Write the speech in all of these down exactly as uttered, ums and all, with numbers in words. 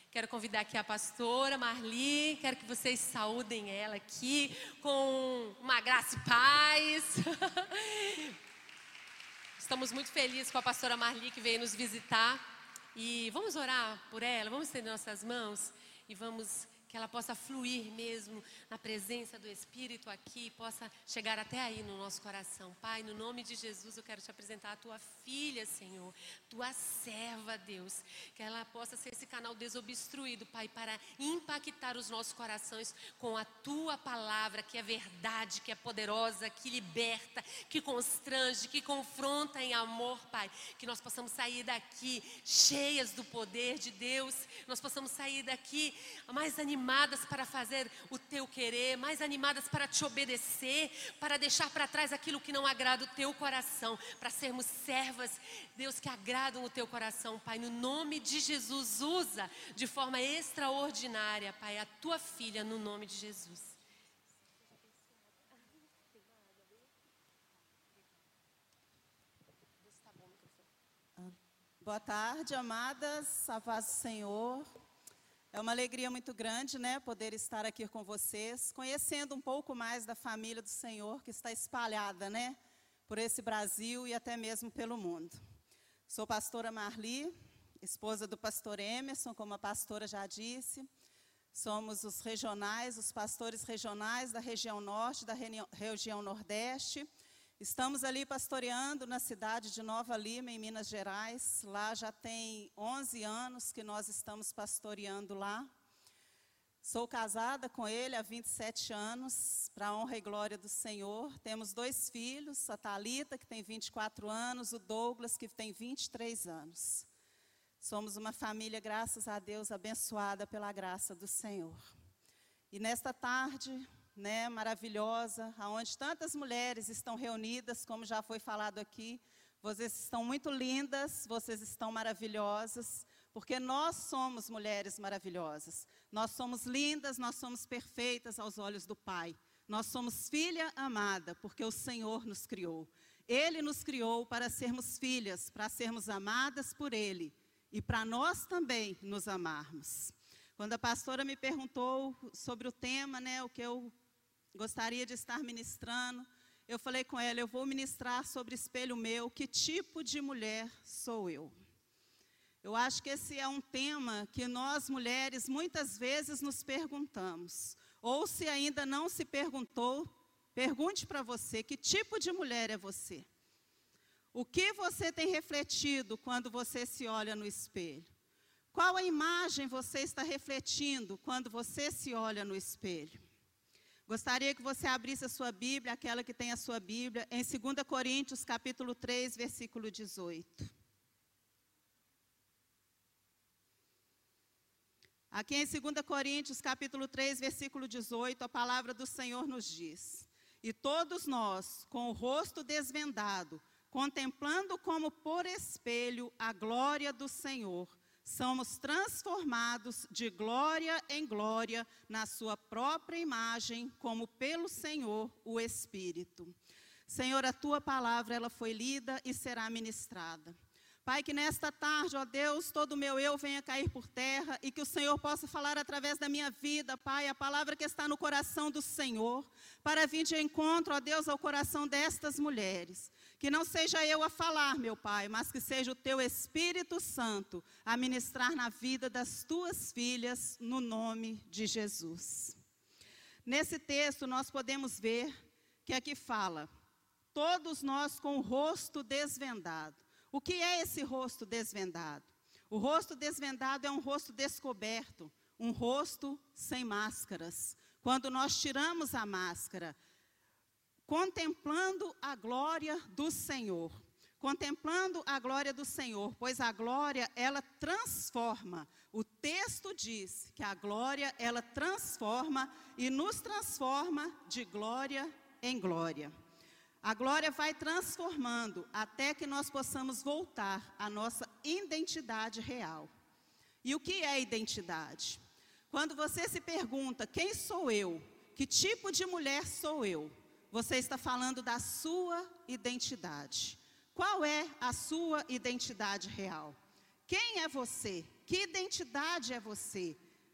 Quero convidar aqui a pastora Marli, quero que vocês saúdem ela aqui com uma graça e paz. Estamos muito felizes com a pastora Marli que veio nos visitar e vamos orar por ela, vamos estender nossas mãos e vamos que ela possa fluir mesmo na presença do Espírito aqui, possa chegar até aí no nosso coração. Pai, no nome de Jesus eu quero te apresentar a tua filha, Senhor, tua serva, Deus, que ela possa ser esse canal desobstruído, Pai, para impactar os nossos corações com a tua palavra, que é verdade, que é poderosa, que liberta, que constrange, que confronta em amor, Pai, que nós possamos sair daqui cheias do poder de Deus, nós possamos sair daqui mais animadas para fazer o teu querer, mais animadas para te obedecer, para deixar para trás aquilo que não agrada o teu coração, para sermos servas, Deus, que agradam o teu coração, Pai, no nome de Jesus, usa de forma extraordinária, Pai, a tua filha, no nome de Jesus. Boa tarde, amadas, a paz do Senhor. É uma alegria muito grande, né, poder estar aqui com vocês, conhecendo um pouco mais da família do Senhor que está espalhada, né, por esse Brasil e até mesmo pelo mundo. Sou pastora Marli, esposa do pastor Emerson, como a pastora já disse. Somos os regionais, os pastores regionais da região norte, da região nordeste. Estamos ali pastoreando na cidade de Nova Lima, em Minas Gerais. Lá já tem onze anos que nós estamos pastoreando lá. Sou casada com ele há vinte e sete anos, para a honra e glória do Senhor. Temos dois filhos, a Thalita, que tem vinte e quatro anos, o Douglas, que tem vinte e três anos. Somos uma família, graças a Deus, abençoada pela graça do Senhor. E nesta tarde, né, maravilhosa, onde tantas mulheres estão reunidas, como já foi falado aqui, vocês estão muito lindas, vocês estão maravilhosas, porque nós somos mulheres maravilhosas, nós somos lindas, nós somos perfeitas aos olhos do Pai, nós somos filha amada, porque o Senhor nos criou, Ele nos criou para sermos filhas, para sermos amadas por Ele, e para nós também nos amarmos. Quando a pastora me perguntou sobre o tema, né, o que eu gostaria de estar ministrando, eu falei com ela, eu vou ministrar sobre espelho meu, que tipo de mulher sou eu? Eu acho que esse é um tema que nós mulheres muitas vezes nos perguntamos, ou se ainda não se perguntou, pergunte para você, que tipo de mulher é você? O que você tem refletido quando você se olha no espelho? Qual a imagem você está refletindo quando você se olha no espelho? Gostaria que você abrisse a sua Bíblia, aquela que tem a sua Bíblia, em segunda Coríntios, capítulo três, versículo dezoito. Aqui em segunda Coríntios, capítulo três, versículo dezoito, a palavra do Senhor nos diz: E todos nós, com o rosto desvendado, contemplando como por espelho a glória do Senhor, somos transformados de glória em glória na sua própria imagem, como pelo Senhor, o Espírito. Senhor, a tua palavra, ela foi lida e será ministrada. Pai, que nesta tarde, ó Deus, todo o meu eu venha cair por terra e que o Senhor possa falar através da minha vida, Pai, a palavra que está no coração do Senhor, para vir de encontro, ó Deus, ao coração destas mulheres. Que não seja eu a falar, meu Pai, mas que seja o teu Espírito Santo a ministrar na vida das tuas filhas, no nome de Jesus. Nesse texto nós podemos ver que aqui fala, todos nós com o rosto desvendado. O que é esse rosto desvendado? O rosto desvendado é um rosto descoberto, um rosto sem máscaras. Quando nós tiramos a máscara, contemplando a glória do Senhor, contemplando a glória do Senhor, pois a glória, ela transforma. O texto diz que a glória, ela transforma e nos transforma de glória em glória. A glória vai transformando até que nós possamos voltar à nossa identidade real. E o que é identidade? Quando você se pergunta, quem sou eu? Que tipo de mulher sou eu? Você está falando da sua identidade. Qual é a sua identidade real? Quem é você? Que identidade é você?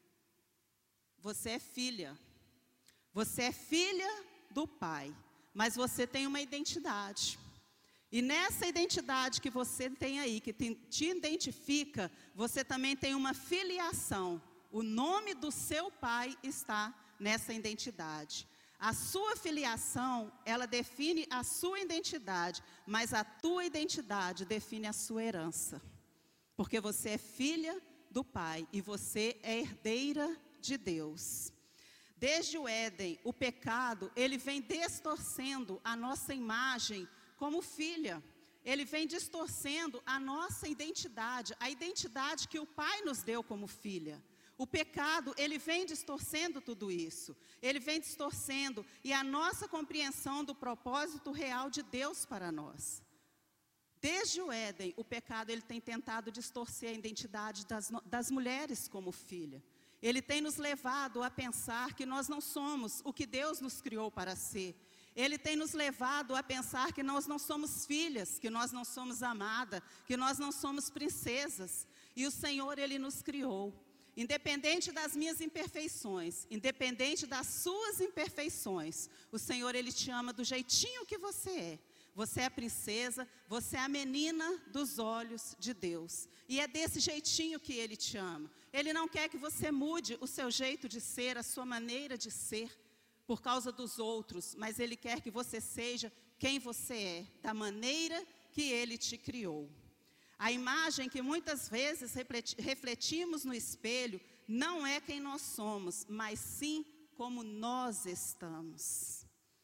Você é filha. Você é filha do Pai, mas você tem uma identidade. E nessa identidade que você tem aí, que te, te identifica, você também tem uma filiação. O nome do seu pai está nessa identidade. A sua filiação, ela define a sua identidade, mas a tua identidade define a sua herança. Porque você é filha do Pai e você é herdeira de Deus. Desde o Éden, o pecado, ele vem distorcendo a nossa imagem como filha. Ele vem distorcendo a nossa identidade, a identidade que o Pai nos deu como filha. O pecado, ele vem distorcendo tudo isso. Ele vem distorcendo e a nossa compreensão do propósito real de Deus para nós. Desde o Éden, o pecado ele tem tentado distorcer a identidade das, das mulheres como filha. Ele tem nos levado a pensar que nós não somos o que Deus nos criou para ser. Ele tem nos levado a pensar que nós não somos filhas, que nós não somos amadas, que nós não somos princesas. E o Senhor, Ele nos criou. Independente das minhas imperfeições, independente das suas imperfeições, o Senhor, Ele te ama do jeitinho que você é. Você é a princesa, você é a menina dos olhos de Deus. E é desse jeitinho que Ele te ama. Ele não quer que você mude o seu jeito de ser, a sua maneira de ser, por causa dos outros. Mas Ele quer que você seja quem você é, da maneira que Ele te criou. A imagem que muitas vezes refletimos no espelho não é quem nós somos, mas sim como nós estamos.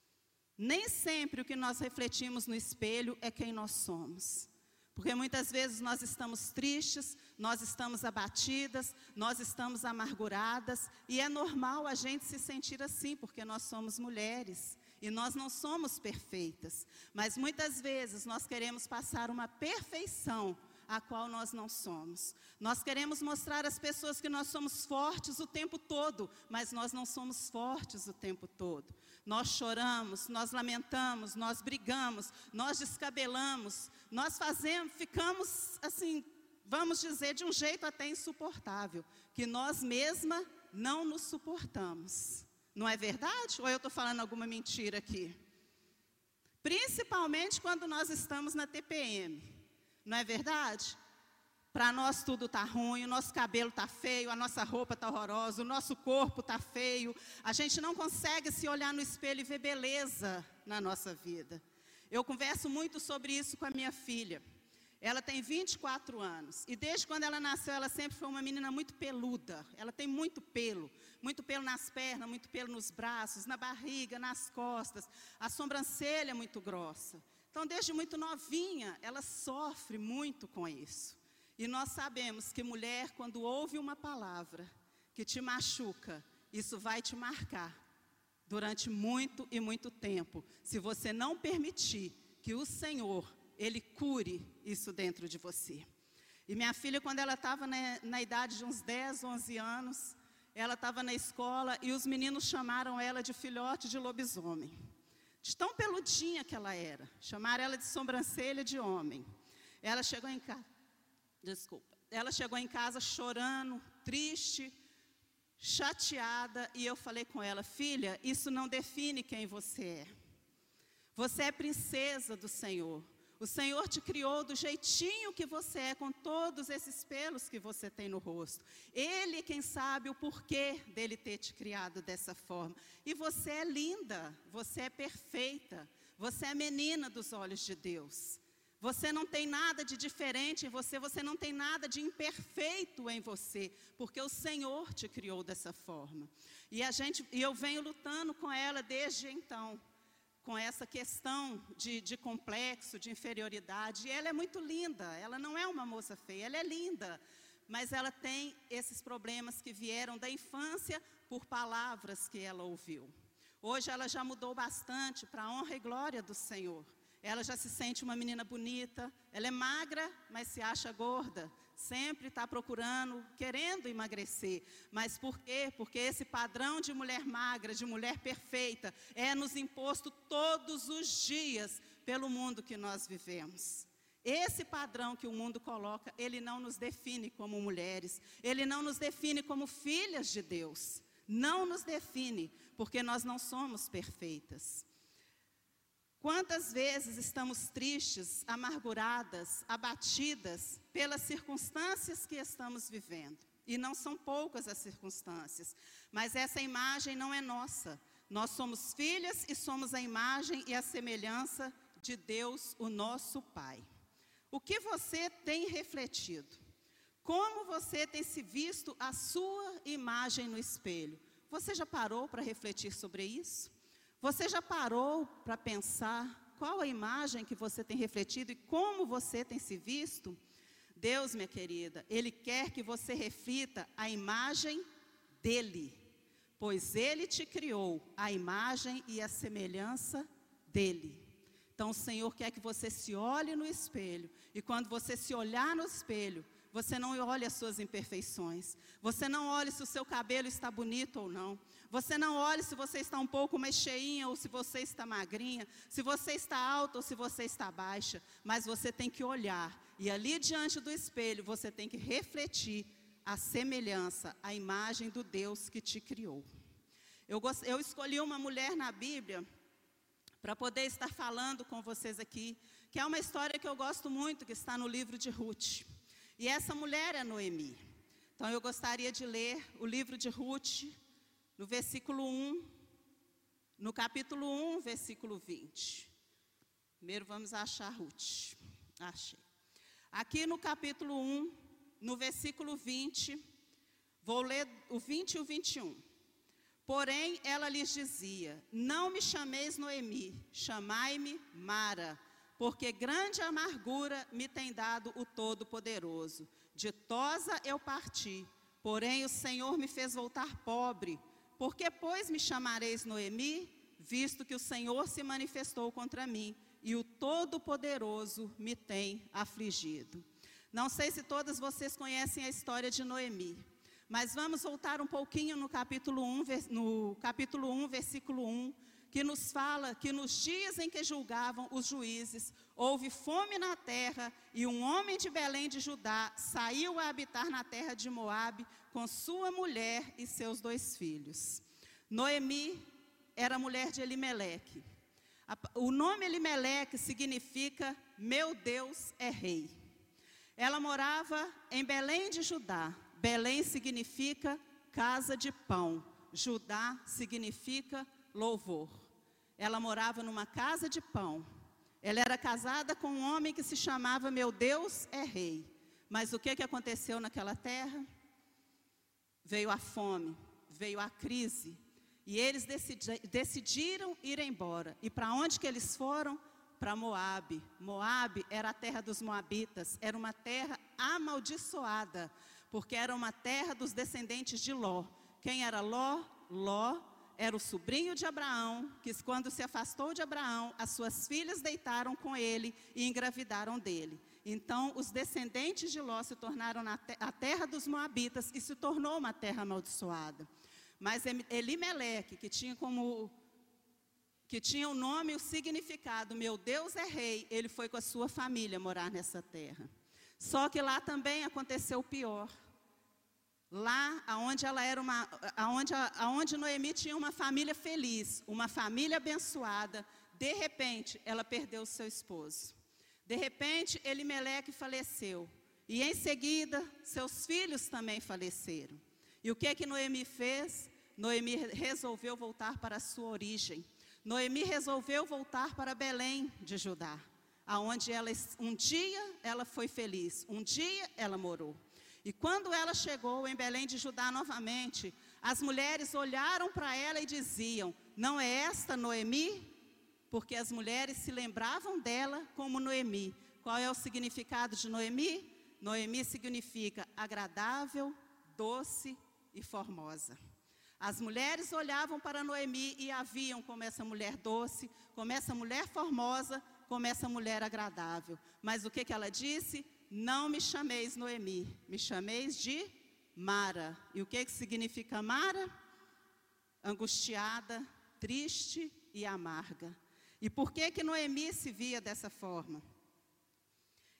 Nem sempre o que nós refletimos no espelho é quem nós somos. Porque muitas vezes nós estamos tristes, nós estamos abatidas, nós estamos amarguradas. E é normal a gente se sentir assim, porque nós somos mulheres. E nós não somos perfeitas. Mas muitas vezes nós queremos passar uma perfeição a qual nós não somos. Nós queremos mostrar às pessoas que nós somos fortes o tempo todo, mas nós não somos fortes o tempo todo. Nós choramos, nós lamentamos, nós brigamos, nós descabelamos, nós fazemos, ficamos assim, vamos dizer, de um jeito até insuportável, que nós mesmas não nos suportamos. Não é verdade? Ou eu estou falando alguma mentira aqui? Principalmente quando nós estamos na T P M. Não é verdade? Para nós tudo está ruim, o nosso cabelo está feio, a nossa roupa está horrorosa, o nosso corpo está feio. A gente não consegue se olhar no espelho e ver beleza na nossa vida. Eu converso muito sobre isso com a minha filha. Ela tem vinte e quatro anos e desde quando ela nasceu, ela sempre foi uma menina muito peluda. Ela tem muito pelo, muito pelo nas pernas, muito pelo nos braços, na barriga, nas costas. A sobrancelha é muito grossa. Então, desde muito novinha, ela sofre muito com isso. E nós sabemos que mulher, quando ouve uma palavra que te machuca, isso vai te marcar durante muito e muito tempo, se você não permitir que o Senhor, Ele cure isso dentro de você. E minha filha, quando ela estava na, na idade de uns dez, onze anos, ela estava na escola e os meninos chamaram ela de filhote de lobisomem. De tão peludinha que ela era. Chamaram ela de sobrancelha de homem. Ela chegou em casa, desculpa, ela chegou em casa chorando, triste, chateada, e eu falei com ela, filha, isso não define quem você é. Você é princesa do Senhor. O Senhor te criou do jeitinho que você é, com todos esses pelos que você tem no rosto. Ele é quem sabe o porquê dele ter te criado dessa forma. E você é linda, você é perfeita, você é menina dos olhos de Deus. Você não tem nada de diferente em você, você não tem nada de imperfeito em você, porque o Senhor te criou dessa forma. E, a gente, e eu venho lutando com ela desde então, com essa questão de, de complexo, de inferioridade. E ela é muito linda, ela não é uma moça feia, ela é linda. Mas ela tem esses problemas que vieram da infância por palavras que ela ouviu. Hoje ela já mudou bastante para a honra e glória do Senhor. Ela já se sente uma menina bonita, ela é magra, mas se acha gorda. Sempre está procurando, querendo emagrecer. Mas por quê? Porque esse padrão de mulher magra, de mulher perfeita, é nos imposto todos os dias pelo mundo que nós vivemos. Esse padrão que o mundo coloca, ele não nos define como mulheres, ele não nos define como filhas de Deus, não nos define, porque nós não somos perfeitas. Quantas vezes estamos tristes, amarguradas, abatidas pelas circunstâncias que estamos vivendo? E não são poucas as circunstâncias, mas essa imagem não é nossa. Nós somos filhas e somos a imagem e a semelhança de Deus, o nosso Pai. O que você tem refletido? Como você tem se visto a sua imagem no espelho? Você já parou para refletir sobre isso? Você já parou para pensar qual a imagem que você tem refletido e como você tem se visto? Deus, minha querida, Ele quer que você reflita a imagem dEle, pois Ele te criou a imagem e a semelhança dEle. Então o Senhor quer que você se olhe no espelho, e quando você se olhar no espelho, você não olhe as suas imperfeições, você não olhe se o seu cabelo está bonito ou não, você não olhe se você está um pouco mais cheinha ou se você está magrinha, se você está alta ou se você está baixa, mas você tem que olhar, e ali diante do espelho você tem que refletir a semelhança, a imagem do Deus que te criou. Eu, gost... eu escolhi uma mulher na Bíblia para poder estar falando com vocês aqui, que é uma história que eu gosto muito, que está no livro de Ruth. E essa mulher é Noemi. Então eu gostaria de ler o livro de Ruth, no versículo um, no capítulo um, versículo vinte. Primeiro vamos achar Ruth. Achei. Aqui no capítulo um, no versículo vinte, vou ler o vinte e o vinte e um. Porém, ela lhes dizia: não me chameis Noemi, chamai-me Mara, porque grande amargura me tem dado o Todo-Poderoso. Ditosa eu parti, porém o Senhor me fez voltar pobre. Por que, pois, me chamareis Noemi, visto que o Senhor se manifestou contra mim, e o Todo-Poderoso me tem afligido? Não sei se todas vocês conhecem a história de Noemi, mas vamos voltar um pouquinho no capítulo um, no capítulo um, versículo um, que nos fala que nos dias em que julgavam os juízes, houve fome na terra, e um homem de Belém de Judá saiu a habitar na terra de Moabe com sua mulher e seus dois filhos. Noemi era mulher de Elimeleque. O nome Elimeleque significa meu Deus é rei. Ela morava em Belém de Judá. Belém significa casa de pão. Judá significa louvor. Ela morava numa casa de pão. Ela era casada com um homem que se chamava meu Deus é rei. Mas o que, que aconteceu naquela terra? Veio a fome, veio a crise. E eles decidi, decidiram ir embora. E para onde que eles foram? Para Moabe. Moabe era a terra dos moabitas. Era uma terra amaldiçoada, porque era uma terra dos descendentes de Ló. Quem era Ló? Ló era o sobrinho de Abraão, que quando se afastou de Abraão, as suas filhas deitaram com ele e engravidaram dele. Então, os descendentes de Ló se tornaram na te- a terra dos moabitas e se tornou uma terra amaldiçoada. Mas Elimeleque, que tinha como que tinha o nome e o significado, meu Deus é rei, ele foi com a sua família morar nessa terra. Só que lá também aconteceu o pior. Lá, aonde ela era uma, aonde, aonde Noemi tinha uma família feliz, uma família abençoada, de repente, ela perdeu o seu esposo. De repente, Elimeleque faleceu. E em seguida, seus filhos também faleceram. E o que é que Noemi fez? Noemi resolveu voltar para a sua origem. Noemi resolveu voltar para Belém de Judá, aonde ela, um dia ela foi feliz, um dia ela morou. E quando ela chegou em Belém de Judá novamente, as mulheres olharam para ela e diziam: não é esta Noemi? Porque as mulheres se lembravam dela como Noemi. Qual é o significado de Noemi? Noemi significa agradável, doce e formosa. As mulheres olhavam para Noemi e a viam como essa mulher doce, como essa mulher formosa, como essa mulher agradável. Mas o que, que ela disse? Não me chameis Noemi, me chameis de Mara. E o que, que significa Mara? Angustiada, triste e amarga. E por que que Noemi se via dessa forma?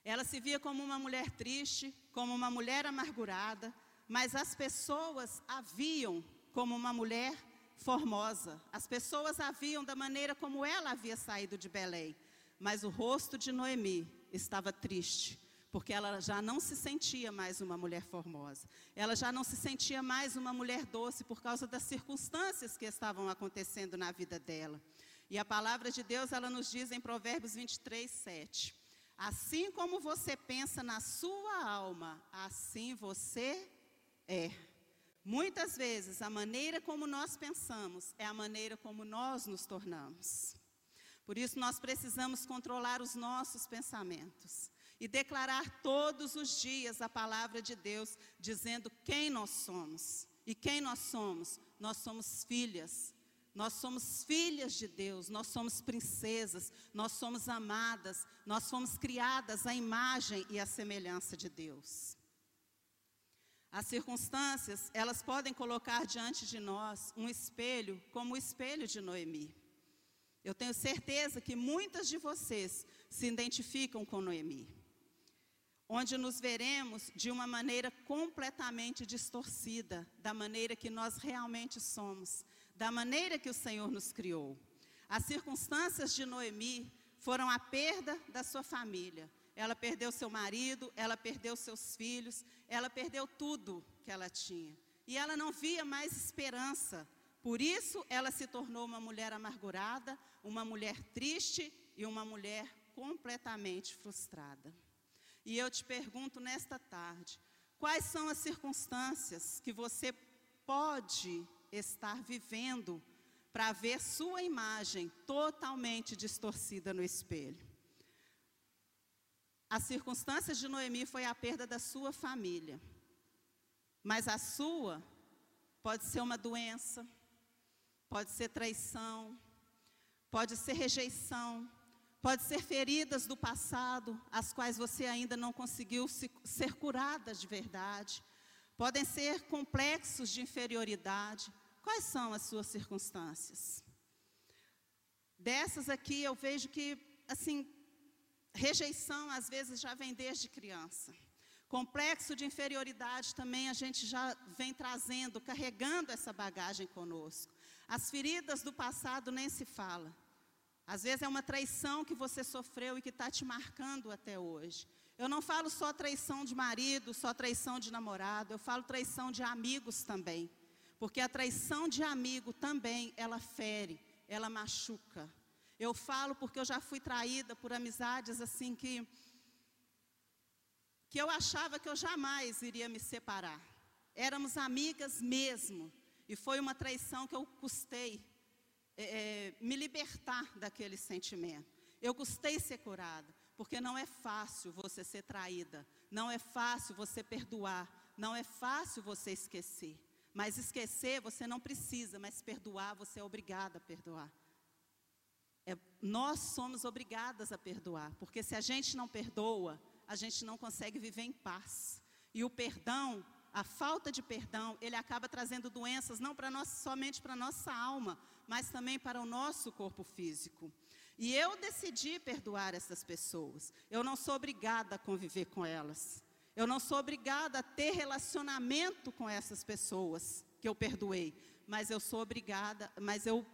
Ela se via como uma mulher triste, como uma mulher amargurada, mas as pessoas a viam como uma mulher formosa. As pessoas a viam da maneira como ela havia saído de Belém. Mas o rosto de Noemi estava triste, porque ela já não se sentia mais uma mulher formosa. Ela já não se sentia mais uma mulher doce por causa das circunstâncias que estavam acontecendo na vida dela. E a palavra de Deus, ela nos diz em Provérbios vinte e três, sete. Assim como você pensa na sua alma, assim você é. Muitas vezes, a maneira como nós pensamos é a maneira como nós nos tornamos. Por isso, nós precisamos controlar os nossos pensamentos e declarar todos os dias a palavra de Deus, dizendo quem nós somos. E quem nós somos? Nós somos filhas. Nós somos filhas de Deus, nós somos princesas, nós somos amadas, nós fomos criadas à imagem e à semelhança de Deus. As circunstâncias, elas podem colocar diante de nós um espelho, como o espelho de Noemi. Eu tenho certeza que muitas de vocês se identificam com Noemi, onde nos veremos de uma maneira completamente distorcida, da maneira que nós realmente somos, da maneira que o Senhor nos criou. As circunstâncias de Noemi foram a perda da sua família. Ela perdeu seu marido, ela perdeu seus filhos, ela perdeu tudo que ela tinha. E ela não via mais esperança. Por isso, ela se tornou uma mulher amargurada, uma mulher triste e uma mulher completamente frustrada. E eu te pergunto nesta tarde, quais são as circunstâncias que você pode estar vivendo para ver sua imagem totalmente distorcida no espelho? As circunstâncias de Noemi foi a perda da sua família, mas a sua pode ser uma doença, pode ser traição, pode ser rejeição, pode ser feridas do passado, as quais você ainda não conseguiu se, ser curada de verdade, podem ser complexos de inferioridade. Quais são as suas circunstâncias? Dessas aqui eu vejo que, assim, rejeição às vezes já vem desde criança. Complexo de inferioridade também a gente já vem trazendo, carregando essa bagagem conosco. As feridas do passado nem se fala. Às vezes é uma traição que você sofreu e que está te marcando até hoje. Eu não falo só traição de marido, só traição de namorado, eu falo traição de amigos também. Porque a traição de amigo também, ela fere, ela machuca. Eu falo porque eu já fui traída por amizades assim que, que eu achava que eu jamais iria me separar. Éramos amigas mesmo. E foi uma traição que eu custei é, me libertar daquele sentimento. Eu custei ser curada. Porque não é fácil você ser traída. Não é fácil você perdoar. Não é fácil você esquecer. Mas esquecer você não precisa, mas perdoar você é obrigada a perdoar. É, nós somos obrigadas a perdoar, porque se a gente não perdoa, a gente não consegue viver em paz. E o perdão, a falta de perdão, ele acaba trazendo doenças não para nós, somente para a nossa alma, mas também para o nosso corpo físico. E eu decidi perdoar essas pessoas. Eu não sou obrigada a conviver com elas. Eu não sou obrigada a ter relacionamento com essas pessoas que eu perdoei. Mas eu sou obrigada, mas eu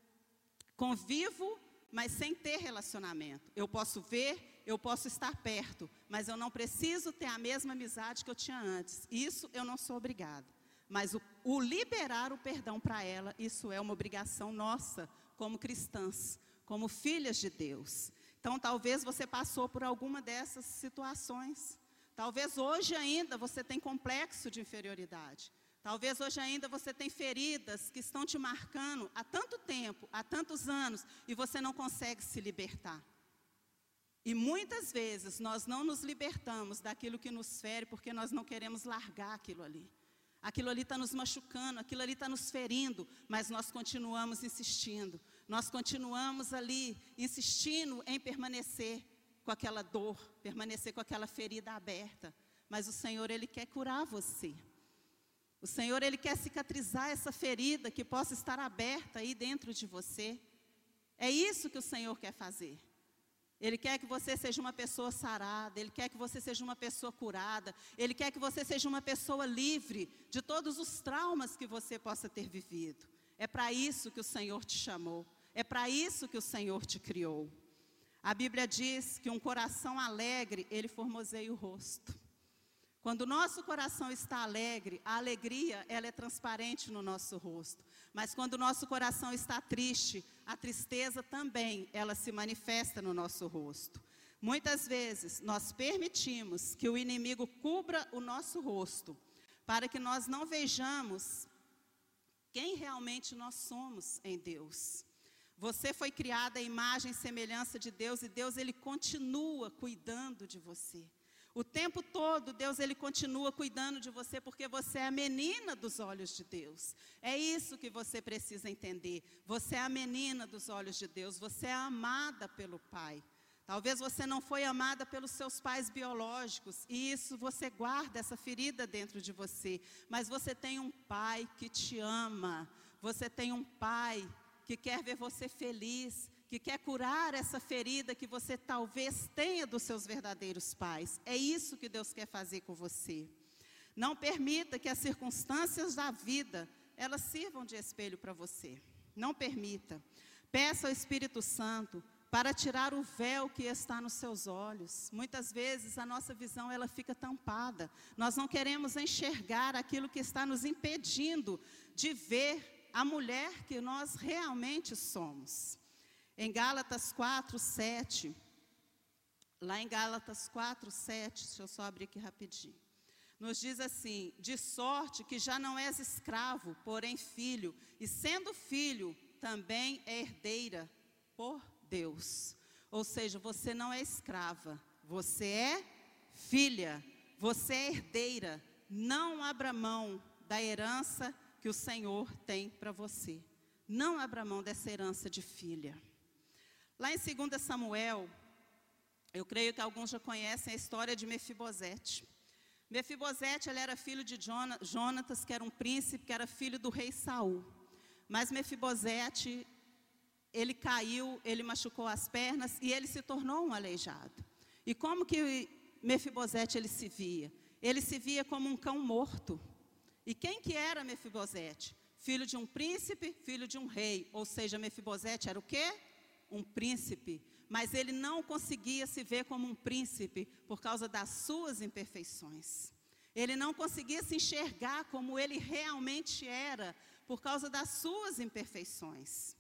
convivo, mas sem ter relacionamento. Eu posso ver, eu posso estar perto, mas eu não preciso ter a mesma amizade que eu tinha antes. Isso eu não sou obrigada. Mas o, o liberar o perdão para ela, isso é uma obrigação nossa, como cristãs, como filhas de Deus. Então, talvez você passou por alguma dessas situações. Talvez hoje ainda você tem complexo de inferioridade. Talvez hoje ainda você tem feridas que estão te marcando há tanto tempo, há tantos anos, e você não consegue se libertar. E muitas vezes nós não nos libertamos daquilo que nos fere porque nós não queremos largar aquilo ali. Aquilo ali está nos machucando, aquilo ali está nos ferindo, mas nós continuamos insistindo. Nós continuamos ali insistindo em permanecer com aquela dor, permanecer com aquela ferida aberta. Mas o Senhor, Ele quer curar você. O Senhor, Ele quer cicatrizar essa ferida que possa estar aberta aí dentro de você. É isso que o Senhor quer fazer. Ele quer que você seja uma pessoa sarada, Ele quer que você seja uma pessoa curada, Ele quer que você seja uma pessoa livre de todos os traumas que você possa ter vivido. É para isso que o Senhor te chamou, é para isso que o Senhor te criou. A Bíblia diz que um coração alegre, ele formoseia o rosto. Quando o nosso coração está alegre, a alegria, ela é transparente no nosso rosto. Mas quando o nosso coração está triste, a tristeza também, ela se manifesta no nosso rosto. Muitas vezes, nós permitimos que o inimigo cubra o nosso rosto, para que nós não vejamos quem realmente nós somos em Deus. Você foi criada à imagem e semelhança de Deus, e Deus, Ele continua cuidando de você. O tempo todo, Deus, Ele continua cuidando de você, porque você é a menina dos olhos de Deus. É isso que você precisa entender. Você é a menina dos olhos de Deus, você é amada pelo Pai. Talvez você não foi amada pelos seus pais biológicos, e isso você guarda, essa ferida dentro de você. Mas você tem um Pai que te ama, você tem um Pai que quer ver você feliz, que quer curar essa ferida que você talvez tenha dos seus verdadeiros pais. É isso que Deus quer fazer com você. Não permita que as circunstâncias da vida, elas sirvam de espelho para você. Não permita. Peça ao Espírito Santo para tirar o véu que está nos seus olhos. Muitas vezes a nossa visão, ela fica tampada. Nós não queremos enxergar aquilo que está nos impedindo de ver a mulher que nós realmente somos. Em Gálatas quatro, sete, lá em Gálatas quatro, sete, deixa eu só abrir aqui rapidinho, nos diz assim: de sorte que já não és escravo, porém filho, e sendo filho, também é herdeira por Deus. Ou seja, você não é escrava, você é filha, você é herdeira. Não abra mão da herança que o Senhor tem para você. Não abra mão dessa herança de filha. Lá em dois Samuel, eu creio que alguns já conhecem a história de Mefibosete. Mefibosete, ele era filho de Jonatas, que era um príncipe, que era filho do rei Saul. Mas Mefibosete, ele caiu, ele machucou as pernas e ele se tornou um aleijado. E como que Mefibosete ele se via? Ele se via como um cão morto. E quem que era Mefibosete? Filho de um príncipe, filho de um rei. Ou seja, Mefibosete era o quê? Um príncipe, mas ele não conseguia se ver como um príncipe por causa das suas imperfeições. Ele não conseguia se enxergar como ele realmente era por causa das suas imperfeições.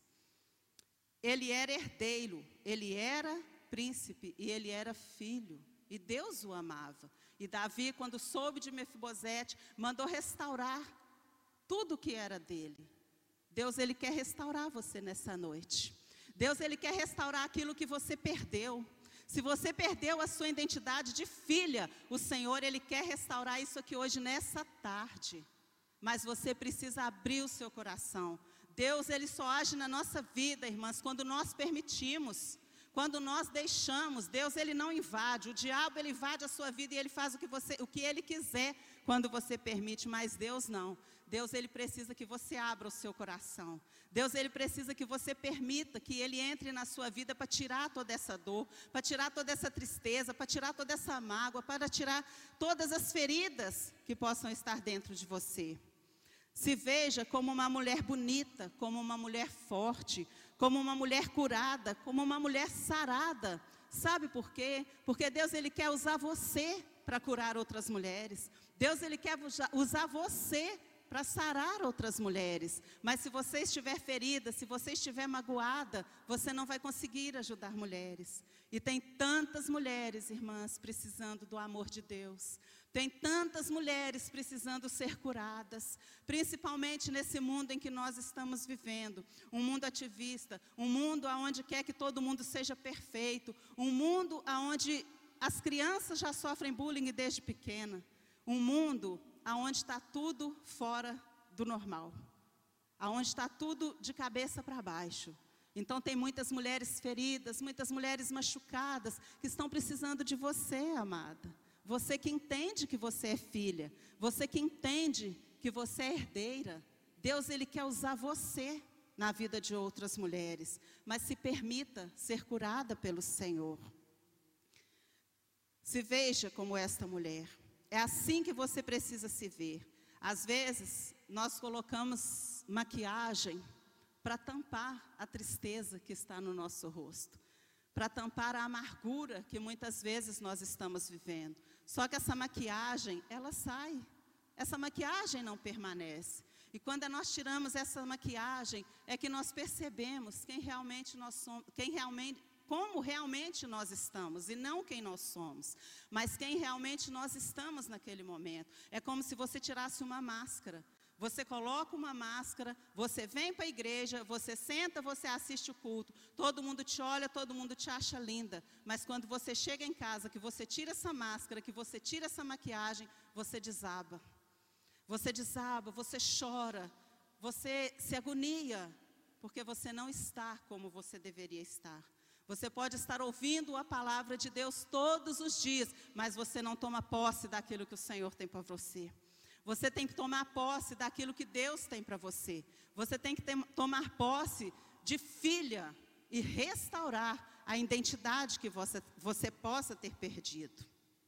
Ele era herdeiro, ele era príncipe e ele era filho, e Deus o amava. E Davi, quando soube de Mefibosete, mandou restaurar tudo que era dele. Deus, ele quer restaurar você nessa noite. Deus, ele quer restaurar aquilo que você perdeu. Se você perdeu a sua identidade de filha, o Senhor, ele quer restaurar isso aqui hoje, nessa tarde. Mas você precisa abrir o seu coração. Deus, ele só age na nossa vida, irmãs, quando nós permitimos, quando nós deixamos. Deus, ele não invade. O diabo, ele invade a sua vida e ele faz o que, você, o que ele quiser quando você permite, mas Deus não. Deus, ele precisa que você abra o seu coração. Deus, ele precisa que você permita que ele entre na sua vida para tirar toda essa dor, para tirar toda essa tristeza, para tirar toda essa mágoa, para tirar todas as feridas que possam estar dentro de você. Se veja como uma mulher bonita, como uma mulher forte, como uma mulher curada, como uma mulher sarada. Sabe por quê? Porque Deus, ele quer usar você para curar outras mulheres. Deus, ele quer usar você para sarar outras mulheres. Mas se você estiver ferida, se você estiver magoada, você não vai conseguir ajudar mulheres. E tem tantas mulheres, irmãs, precisando do amor de Deus. Tem tantas mulheres precisando ser curadas, principalmente nesse mundo em que nós estamos vivendo. Um mundo ativista, um mundo onde quer que todo mundo seja perfeito, um mundo onde as crianças já sofrem bullying desde pequena, um mundo onde está tudo fora do normal, onde está tudo de cabeça para baixo. Então tem muitas mulheres feridas, muitas mulheres machucadas, que estão precisando de você, amada. Você que entende que você é filha, você que entende que você é herdeira. Deus, ele quer usar você na vida de outras mulheres, mas se permita ser curada pelo Senhor. Se veja como esta mulher. É assim que você precisa se ver. Às vezes, nós colocamos maquiagem para tampar a tristeza que está no nosso rosto, para tampar a amargura que muitas vezes nós estamos vivendo. Só que essa maquiagem, ela sai. Essa maquiagem não permanece. E quando nós tiramos essa maquiagem, é que nós percebemos quem realmente nós somos, quem realmente, como realmente nós estamos, e não quem nós somos, mas quem realmente nós estamos naquele momento. É como se você tirasse uma máscara. Você coloca uma máscara, você vem para a igreja, você senta, você assiste o culto, todo mundo te olha, todo mundo te acha linda. Mas quando você chega em casa, que você tira essa máscara, que você tira essa maquiagem, você desaba. Você desaba, você chora, você se agonia, porque você não está como você deveria estar. Você pode estar ouvindo a palavra de Deus todos os dias, mas você não toma posse daquilo que o Senhor tem para você. Você tem que tomar posse daquilo que Deus tem para você. Você tem que ter, tomar posse de filha e restaurar a identidade que você, você possa ter perdido.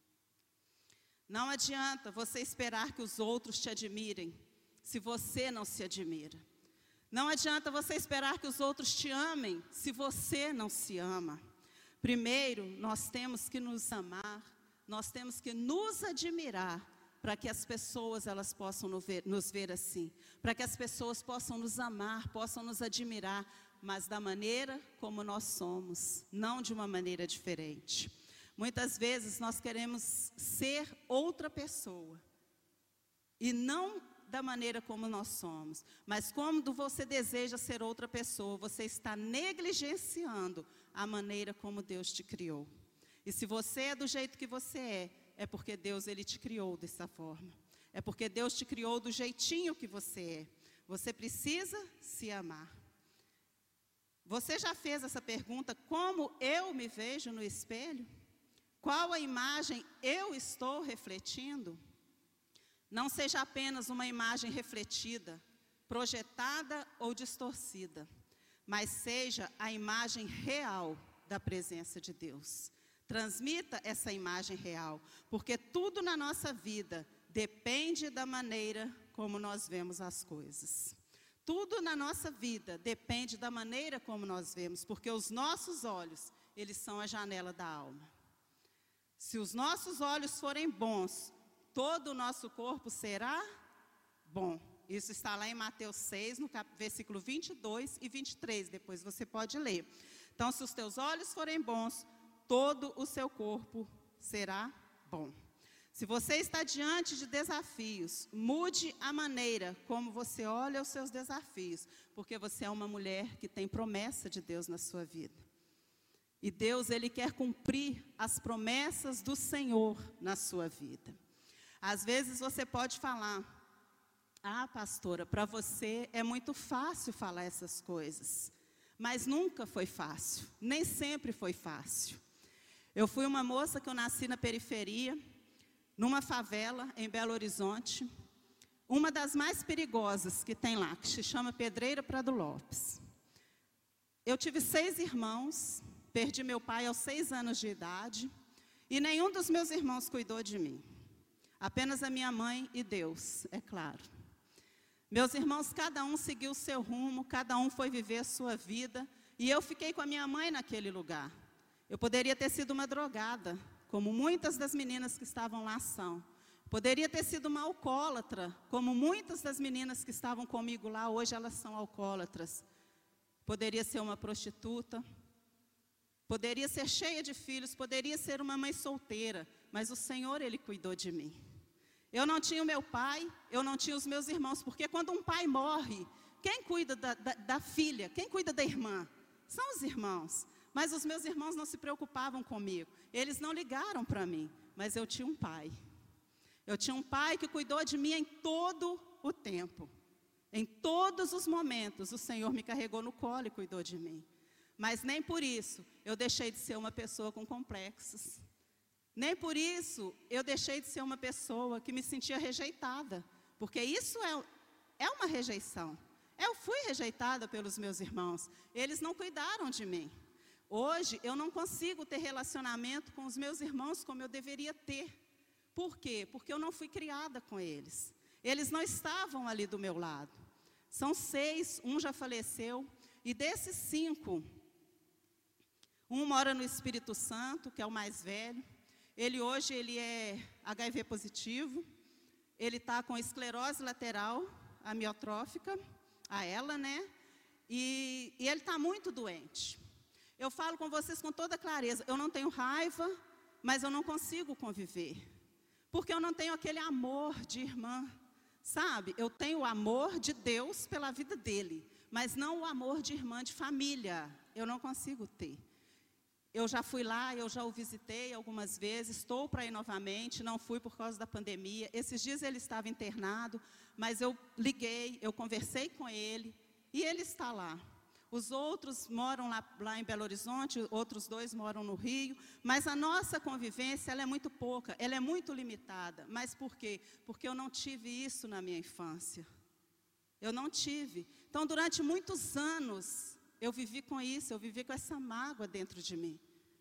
Não adianta você esperar que os outros te admirem, se você não se admira. Não adianta você esperar que os outros te amem, se você não se ama. Primeiro, nós temos que nos amar, nós temos que nos admirar, para que as pessoas elas possam nos ver, nos ver assim, para que as pessoas possam nos amar, possam nos admirar, mas da maneira como nós somos, não de uma maneira diferente. Muitas vezes nós queremos ser outra pessoa, e não da maneira como nós somos, mas quando você deseja ser outra pessoa, você está negligenciando a maneira como Deus te criou. E se você é do jeito que você é, é porque Deus ele te criou dessa forma. É porque Deus te criou do jeitinho que você é. Você precisa se amar. Você já fez essa pergunta, como eu me vejo no espelho? Qual a imagem eu estou refletindo? Não seja apenas uma imagem refletida, projetada ou distorcida, mas seja a imagem real da presença de Deus. Transmita essa imagem real, porque tudo na nossa vida depende da maneira como nós vemos as coisas. Tudo na nossa vida depende da maneira como nós vemos, porque os nossos olhos, eles são a janela da alma. Se os nossos olhos forem bons, todo o nosso corpo será bom. Isso está lá em Mateus seis, no cap... versículo vinte e dois e vinte e três, depois você pode ler. Então, se os teus olhos forem bons, todo o seu corpo será bom. Se você está diante de desafios, mude a maneira como você olha os seus desafios, porque você é uma mulher que tem promessa de Deus na sua vida. E Deus, ele quer cumprir as promessas do Senhor na sua vida. Às vezes você pode falar, ah, pastora, para você é muito fácil falar essas coisas. Mas nunca foi fácil, nem sempre foi fácil. Eu fui uma moça que eu nasci na periferia, numa favela em Belo Horizonte, uma das mais perigosas que tem lá, que se chama Pedreira Prado Lopes. Eu tive seis irmãos, perdi meu pai aos seis anos de idade, e nenhum dos meus irmãos cuidou de mim. Apenas a minha mãe e Deus, é claro. Meus irmãos, cada um seguiu o seu rumo, cada um foi viver a sua vida, e eu fiquei com a minha mãe naquele lugar. Eu poderia ter sido uma drogada, como muitas das meninas que estavam lá são. Poderia ter sido uma alcoólatra, como muitas das meninas que estavam comigo lá, hoje elas são alcoólatras. Poderia ser uma prostituta, poderia ser cheia de filhos, poderia ser uma mãe solteira, mas o Senhor, ele cuidou de mim. Eu não tinha o meu pai, eu não tinha os meus irmãos, porque quando um pai morre, quem cuida da, da, da filha, quem cuida da irmã? São os irmãos. Mas os meus irmãos não se preocupavam comigo, eles não ligaram para mim, mas eu tinha um pai. Eu tinha um pai que cuidou de mim em todo o tempo. Em todos os momentos, o Senhor me carregou no colo e cuidou de mim. Mas nem por isso eu deixei de ser uma pessoa com complexos. Nem por isso eu deixei de ser uma pessoa que me sentia rejeitada. Porque isso é, é uma rejeição. Eu fui rejeitada pelos meus irmãos. Eles não cuidaram de mim. Hoje, eu não consigo ter relacionamento com os meus irmãos como eu deveria ter. Por quê? Porque eu não fui criada com eles. Eles não estavam ali do meu lado. São seis, um já faleceu. E desses cinco, um mora no Espírito Santo, que é o mais velho. Ele hoje ele é H I V positivo. Ele está com esclerose lateral amiotrófica, a ela, né? E, e ele está muito doente. Eu falo com vocês com toda clareza, eu não tenho raiva, mas eu não consigo conviver. Porque eu não tenho aquele amor de irmã, sabe? Eu tenho o amor de Deus pela vida dele, mas não o amor de irmã, de família. Eu não consigo ter. Eu já fui lá, eu já o visitei algumas vezes, estou para ir novamente, não fui por causa da pandemia. Esses dias ele estava internado, mas eu liguei, eu conversei com ele, e ele está lá. Os outros moram lá, lá em Belo Horizonte, outros dois moram no Rio, mas a nossa convivência ela é muito pouca, ela é muito limitada. Mas por quê? Porque eu não tive isso na minha infância. Eu não tive. Então, durante muitos anos, eu vivi com isso, eu vivi com essa mágoa dentro de mim.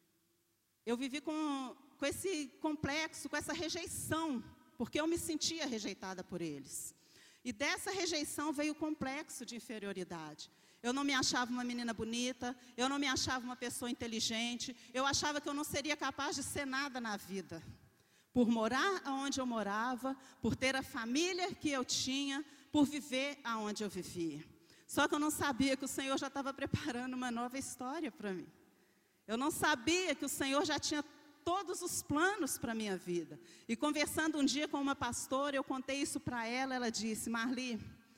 Eu vivi com, com esse complexo, com essa rejeição, porque eu me sentia rejeitada por eles. E dessa rejeição veio o complexo de inferioridade. Eu não me achava uma menina bonita, eu não me achava uma pessoa inteligente, eu achava que eu não seria capaz de ser nada na vida. Por morar onde eu morava, por ter a família que eu tinha, por viver aonde eu vivia. Só que eu não sabia que o Senhor já estava preparando uma nova história para mim. Eu não sabia que o Senhor já tinha todos os planos para a minha vida. E conversando um dia com uma pastora, eu contei isso para ela, ela disse, Marli,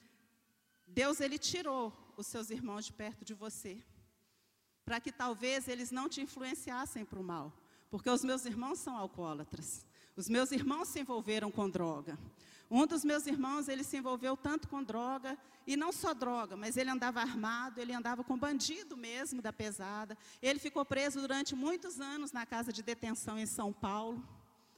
Deus ele tirou os seus irmãos de perto de você, para que talvez eles não te influenciassem para o mal, porque os meus irmãos são alcoólatras, os meus irmãos se envolveram com droga. Um dos meus irmãos, ele se envolveu tanto com droga, e não só droga, mas ele andava armado, ele andava com bandido mesmo da pesada, ele ficou preso durante muitos anos na casa de detenção em São Paulo.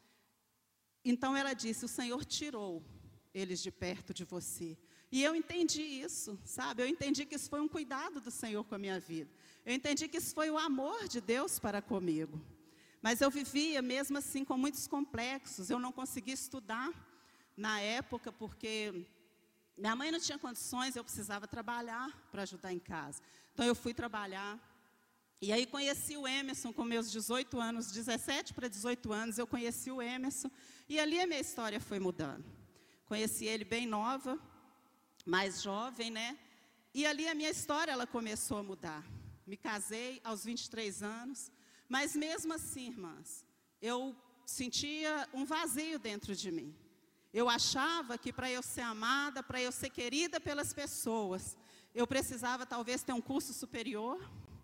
Então ela disse, o Senhor tirou eles de perto de você. E eu entendi isso, sabe? Eu entendi que isso foi um cuidado do Senhor com a minha vida. Eu entendi que isso foi o amor de Deus para comigo. Mas eu vivia mesmo assim com muitos complexos. Eu não conseguia estudar na época porque minha mãe não tinha condições, eu precisava trabalhar para ajudar em casa. Então eu fui trabalhar. E aí conheci o Emerson com meus dezoito anos, dezessete para dezoito anos, eu conheci o Emerson. E ali a minha história foi mudando. Conheci ele bem nova, mais jovem, né? E ali a minha história, ela começou a mudar. Me casei aos vinte e três anos, mas mesmo assim, irmãs, eu sentia um vazio dentro de mim. Eu achava que para eu ser amada, para eu ser querida pelas pessoas, eu precisava talvez ter um curso superior,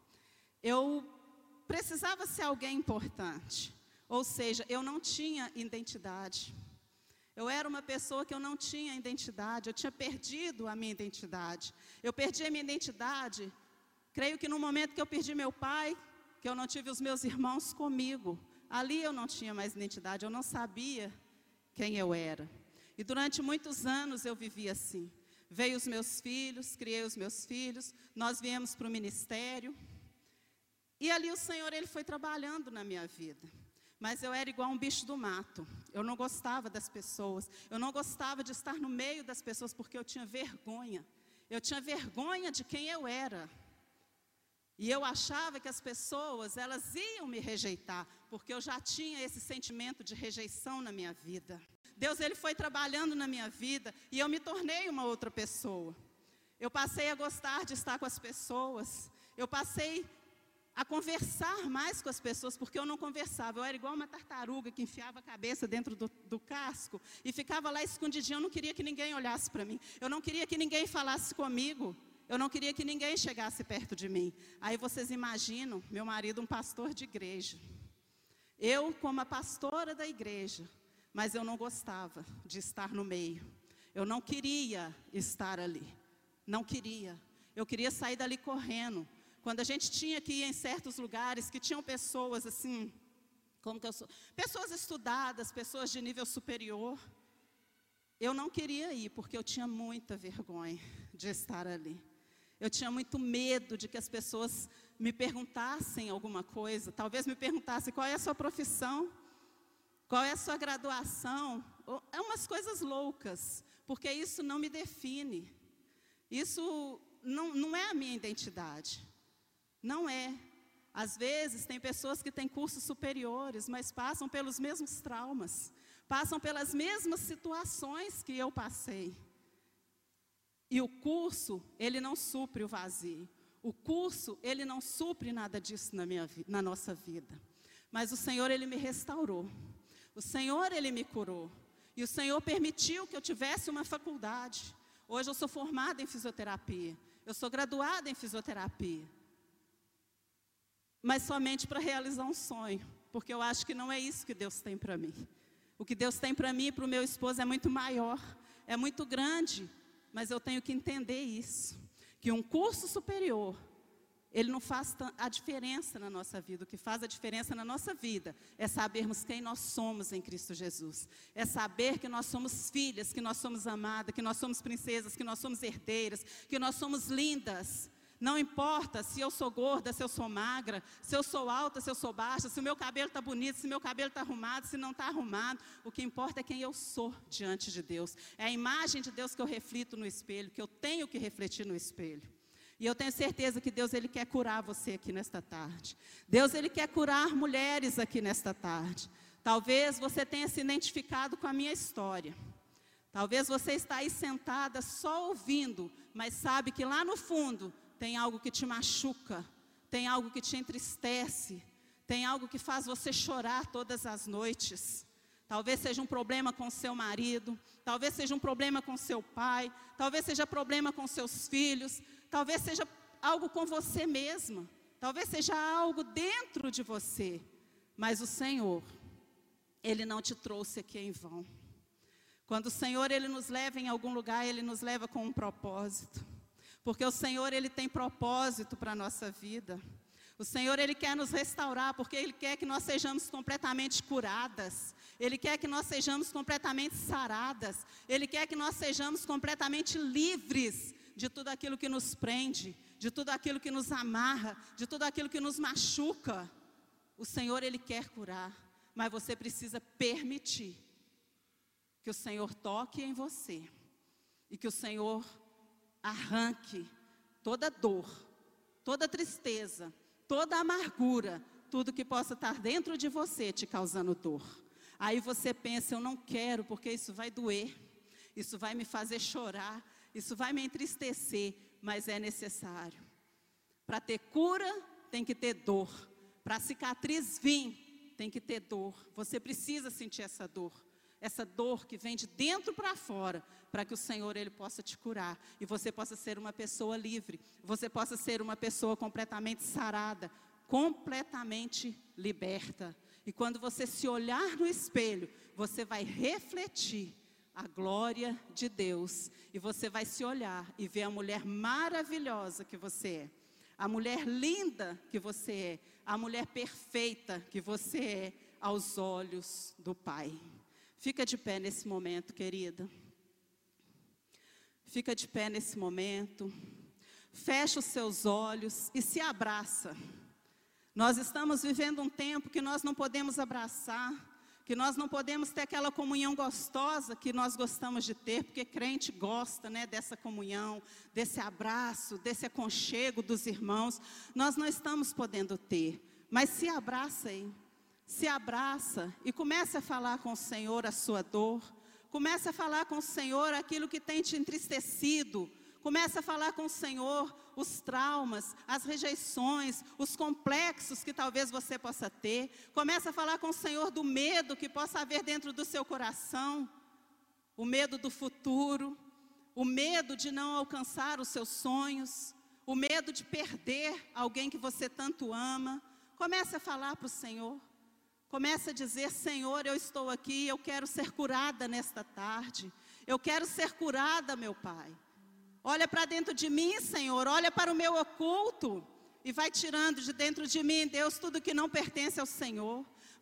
eu precisava ser alguém importante. Ou seja, eu não tinha identidade. Eu era uma pessoa que eu não tinha identidade, eu tinha perdido a minha identidade. Eu perdi a minha identidade, creio que no momento que eu perdi meu pai, que eu não tive os meus irmãos comigo, ali eu não tinha mais identidade, eu não sabia quem eu era. E durante muitos anos eu vivi assim. Veio os meus filhos, criei os meus filhos, nós viemos para o ministério. E ali o Senhor, ele foi trabalhando na minha vida. Mas eu era igual um bicho do mato. Eu não gostava das pessoas. Eu não gostava de estar no meio das pessoas porque eu tinha vergonha. Eu tinha vergonha de quem eu era. E eu achava que as pessoas, elas iam me rejeitar, porque eu já tinha esse sentimento de rejeição na minha vida. Deus, ele foi trabalhando na minha vida e eu me tornei uma outra pessoa. Eu passei a gostar de estar com as pessoas. Eu passei a conversar mais com as pessoas, porque eu não conversava. Eu era igual uma tartaruga que enfiava a cabeça dentro do, do casco e ficava lá escondidinha. Eu não queria que ninguém olhasse para mim. Eu não queria que ninguém falasse comigo. Eu não queria que ninguém chegasse perto de mim. Aí vocês imaginam, meu marido um pastor de igreja. Eu como a pastora da igreja, mas eu não gostava de estar no meio. Eu não queria estar ali. Não queria. Eu queria sair dali correndo. Quando a gente tinha que ir em certos lugares que tinham pessoas assim, como que eu sou? Pessoas estudadas, pessoas de nível superior. Eu não queria ir, porque eu tinha muita vergonha de estar ali. Eu tinha muito medo de que as pessoas me perguntassem alguma coisa. Talvez me perguntassem qual é a sua profissão, qual é a sua graduação. É umas coisas loucas, porque isso não me define. Isso não, não é a minha identidade. Não é. Às vezes tem pessoas que têm cursos superiores, mas passam pelos mesmos traumas, passam pelas mesmas situações que eu passei. E o curso, ele não supre o vazio. O curso, ele não supre nada disso na, minha, na nossa vida. Mas o Senhor, ele me restaurou. O Senhor, ele me curou. E o Senhor permitiu que eu tivesse uma faculdade. Hoje eu sou formada em fisioterapia. Eu sou graduada em fisioterapia. Mas somente para realizar um sonho. Porque eu acho que não é isso que Deus tem para mim. O que Deus tem para mim e para o meu esposo é muito maior. É muito grande. Mas eu tenho que entender isso. Que um curso superior, ele não faz a diferença na nossa vida. O que faz a diferença na nossa vida é sabermos quem nós somos em Cristo Jesus. É saber que nós somos filhas, que nós somos amadas, que nós somos princesas, que nós somos herdeiras, que nós somos lindas. Não importa se eu sou gorda, se eu sou magra, se eu sou alta, se eu sou baixa, se o meu cabelo está bonito, se o meu cabelo está arrumado, se não está arrumado. O que importa é quem eu sou diante de Deus. É a imagem de Deus que eu reflito no espelho, que eu tenho que refletir no espelho. E eu tenho certeza que Deus, ele quer curar você aqui nesta tarde. Deus, ele quer curar mulheres aqui nesta tarde. Talvez você tenha se identificado com a minha história. Talvez você está aí sentada só ouvindo, mas sabe que lá no fundo tem algo que te machuca, tem algo que te entristece, tem algo que faz você chorar todas as noites. Talvez seja um problema com seu marido, talvez seja um problema com seu pai, talvez seja problema com seus filhos, talvez seja algo com você mesma, talvez seja algo dentro de você. Mas o Senhor, ele não te trouxe aqui em vão. Quando o Senhor, ele nos leva em algum lugar, ele nos leva com um propósito. Porque o Senhor, ele tem propósito para a nossa vida. O Senhor, ele quer nos restaurar, porque ele quer que nós sejamos completamente curadas. Ele quer que nós sejamos completamente saradas. Ele quer que nós sejamos completamente livres de tudo aquilo que nos prende, de tudo aquilo que nos amarra, de tudo aquilo que nos machuca. O Senhor, ele quer curar, mas você precisa permitir que o Senhor toque em você e que o Senhor arranque toda dor, toda tristeza, toda amargura, tudo que possa estar dentro de você te causando dor. Aí você pensa, eu não quero, porque isso vai doer, isso vai me fazer chorar, isso vai me entristecer, mas é necessário. Para ter cura, tem que ter dor. Para a cicatriz vir, tem que ter dor. Você precisa sentir essa dor. Essa dor que vem de dentro para fora, para que o Senhor, ele possa te curar. E você possa ser uma pessoa livre. Você possa ser uma pessoa completamente sarada, completamente liberta. E quando você se olhar no espelho, você vai refletir a glória de Deus. E você vai se olhar e ver a mulher maravilhosa que você é. A mulher linda que você é. A mulher perfeita que você é aos olhos do Pai. Fica de pé nesse momento, querida. Fica de pé nesse momento. Fecha os seus olhos e se abraça. Nós estamos vivendo um tempo que nós não podemos abraçar, que nós não podemos ter aquela comunhão gostosa que nós gostamos de ter, porque crente gosta, né, dessa comunhão, desse abraço, desse aconchego dos irmãos. Nós não estamos podendo ter, mas se abraça aí. Se abraça e comece a falar com o Senhor a sua dor. Comece a falar com o Senhor aquilo que tem te entristecido. Comece a falar com o Senhor os traumas, as rejeições, os complexos que talvez você possa ter. Comece a falar com o Senhor do medo que possa haver dentro do seu coração. O medo do futuro, o medo de não alcançar os seus sonhos, o medo de perder alguém que você tanto ama. Comece a falar para o Senhor. Comece a dizer, Senhor, eu estou aqui, eu quero ser curada nesta tarde. Eu quero ser curada, meu Pai. Olha para dentro de mim, Senhor, olha para o meu oculto. E vai tirando de dentro de mim, Deus, tudo que não pertence ao Senhor.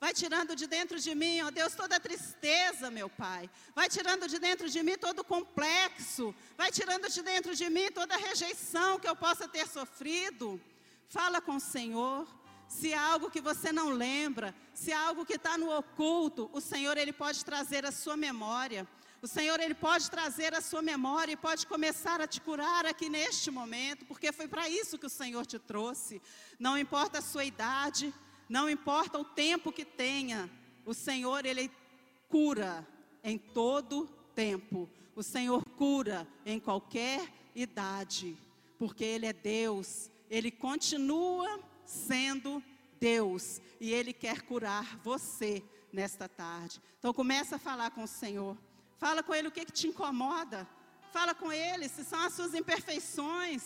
Vai tirando de dentro de mim, ó Deus, toda tristeza, meu Pai. Vai tirando de dentro de mim todo complexo. Vai tirando de dentro de mim toda rejeição que eu possa ter sofrido. Fala com o Senhor. Se há algo que você não lembra, se há algo que está no oculto, o Senhor, Ele pode trazer a sua memória. O Senhor, Ele pode trazer a sua memória e pode começar a te curar aqui neste momento, porque foi para isso que o Senhor te trouxe. Não importa a sua idade, não importa o tempo que tenha, o Senhor, Ele cura em todo tempo. O Senhor cura em qualquer idade, porque Ele é Deus, Ele continua sendo Deus, e Ele quer curar você nesta tarde. Então começa a falar com o Senhor, fala com Ele o que, que te incomoda, fala com Ele se são as suas imperfeições,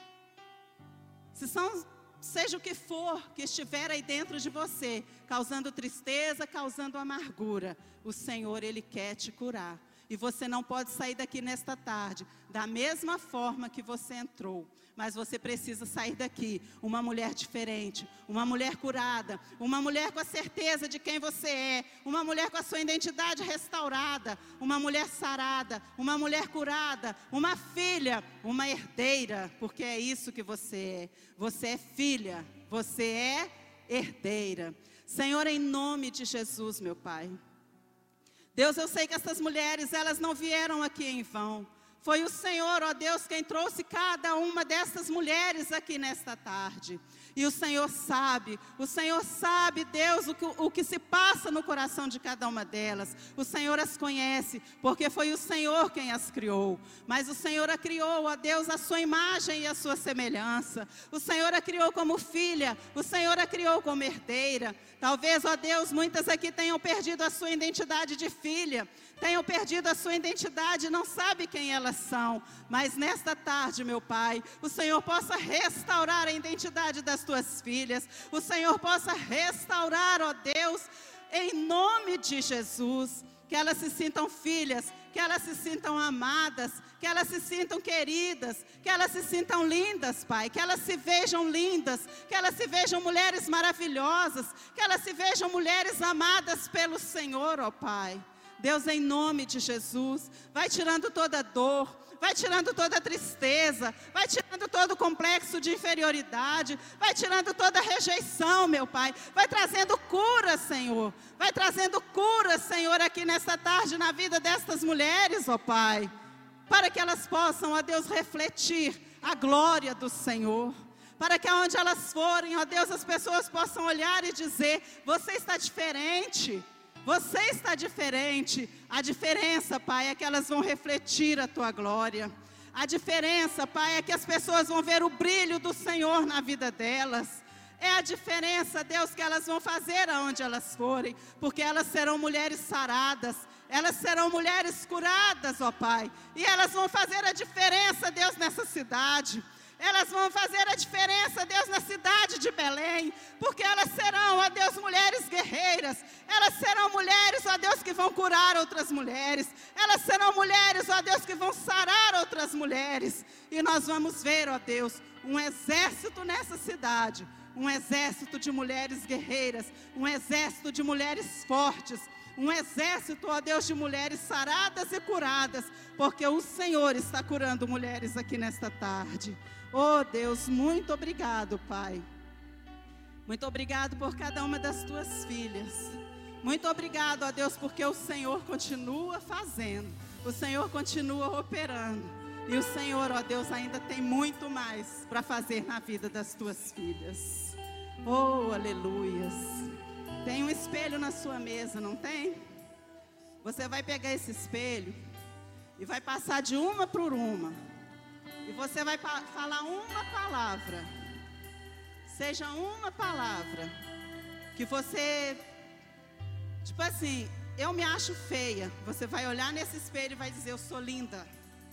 se são, seja o que for que estiver aí dentro de você, causando tristeza, causando amargura, o Senhor, Ele quer te curar, e você não pode sair daqui nesta tarde, da mesma forma que você entrou, mas você precisa sair daqui, uma mulher diferente, uma mulher curada, uma mulher com a certeza de quem você é, uma mulher com a sua identidade restaurada, uma mulher sarada, uma mulher curada, uma filha, uma herdeira, porque é isso que você é, você é filha, você é herdeira. Senhor, em nome de Jesus, meu Pai, Deus, eu sei que essas mulheres, elas não vieram aqui em vão. Foi o Senhor, ó Deus, quem trouxe cada uma dessas mulheres aqui nesta tarde. E o Senhor sabe, o Senhor sabe, Deus, o que, o que se passa no coração de cada uma delas. O Senhor as conhece, porque foi o Senhor quem as criou. Mas o Senhor a criou, ó Deus, a sua imagem e a sua semelhança. O Senhor a criou como filha, o Senhor a criou como herdeira. Talvez, ó Deus, muitas aqui tenham perdido a sua identidade de filha, tenham perdido a sua identidade, não sabe quem elas são, mas nesta tarde, meu Pai, o Senhor possa restaurar a identidade das tuas filhas, o Senhor possa restaurar, ó Deus, em nome de Jesus, que elas se sintam filhas, que elas se sintam amadas, que elas se sintam queridas, que elas se sintam lindas, Pai, que elas se vejam lindas, que elas se vejam mulheres maravilhosas, que elas se vejam mulheres amadas pelo Senhor, ó Pai. Deus, em nome de Jesus, vai tirando toda dor, vai tirando toda tristeza, vai tirando todo complexo de inferioridade, vai tirando toda rejeição, meu Pai, vai trazendo cura, Senhor, vai trazendo cura, Senhor, aqui nesta tarde, na vida destas mulheres, ó Pai, para que elas possam, ó Deus, refletir a glória do Senhor, para que aonde elas forem, ó Deus, as pessoas possam olhar e dizer, você está diferente, você está diferente. A diferença, Pai, é que elas vão refletir a Tua glória. A diferença, Pai, é que as pessoas vão ver o brilho do Senhor na vida delas. É a diferença, Deus, que elas vão fazer aonde elas forem, porque elas serão mulheres saradas, elas serão mulheres curadas, ó Pai, e elas vão fazer a diferença, Deus, nessa cidade. Elas vão fazer a diferença, Deus, na cidade de Belém, porque elas serão, ó Deus, mulheres guerreiras, elas serão mulheres, ó Deus, que vão curar outras mulheres, elas serão mulheres, ó Deus, que vão sarar outras mulheres, e nós vamos ver, ó Deus, um exército nessa cidade, um exército de mulheres guerreiras, um exército de mulheres fortes, um exército, ó Deus, de mulheres saradas e curadas, porque o Senhor está curando mulheres aqui nesta tarde. Oh Deus, muito obrigado, Pai. Muito obrigado por cada uma das tuas filhas. Muito obrigado, ó Deus, porque o Senhor continua fazendo, o Senhor continua operando, e o Senhor, ó Deus, ainda tem muito mais para fazer na vida das tuas filhas. Oh, aleluias. Tem um espelho na sua mesa, não tem? Você vai pegar esse espelho e vai passar de uma por uma. E você vai falar uma palavra. Seja uma palavra que você, tipo assim, eu me acho feia. Você vai olhar nesse espelho e vai dizer, eu sou linda.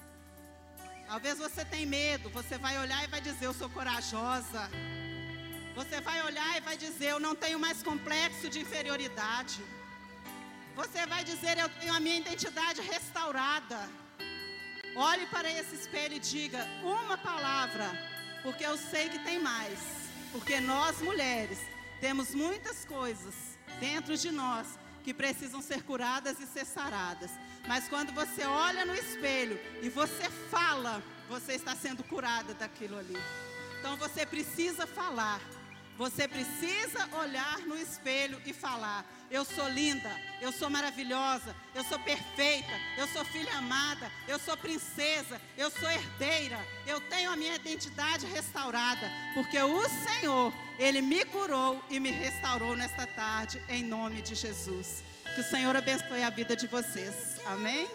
Talvez você tenha medo, você vai olhar e vai dizer, eu sou corajosa. Você vai olhar e vai dizer, eu não tenho mais complexo de inferioridade. Você vai dizer, eu tenho a minha identidade restaurada. Olhe para esse espelho e diga uma palavra, porque eu sei que tem mais. Porque nós mulheres temos muitas coisas, dentro de nós que precisam ser curadas e ser saradas. Mas quando você olha no espelho e você fala, você está sendo curada daquilo ali. Então você precisa falar. Você precisa olhar no espelho e falar: eu sou linda, eu sou maravilhosa, eu sou perfeita, eu sou filha amada, eu sou princesa, eu sou herdeira, eu tenho a minha identidade restaurada, porque o Senhor, Ele me curou e me restaurou nesta tarde, em nome de Jesus. Que o Senhor abençoe a vida de vocês. Amém?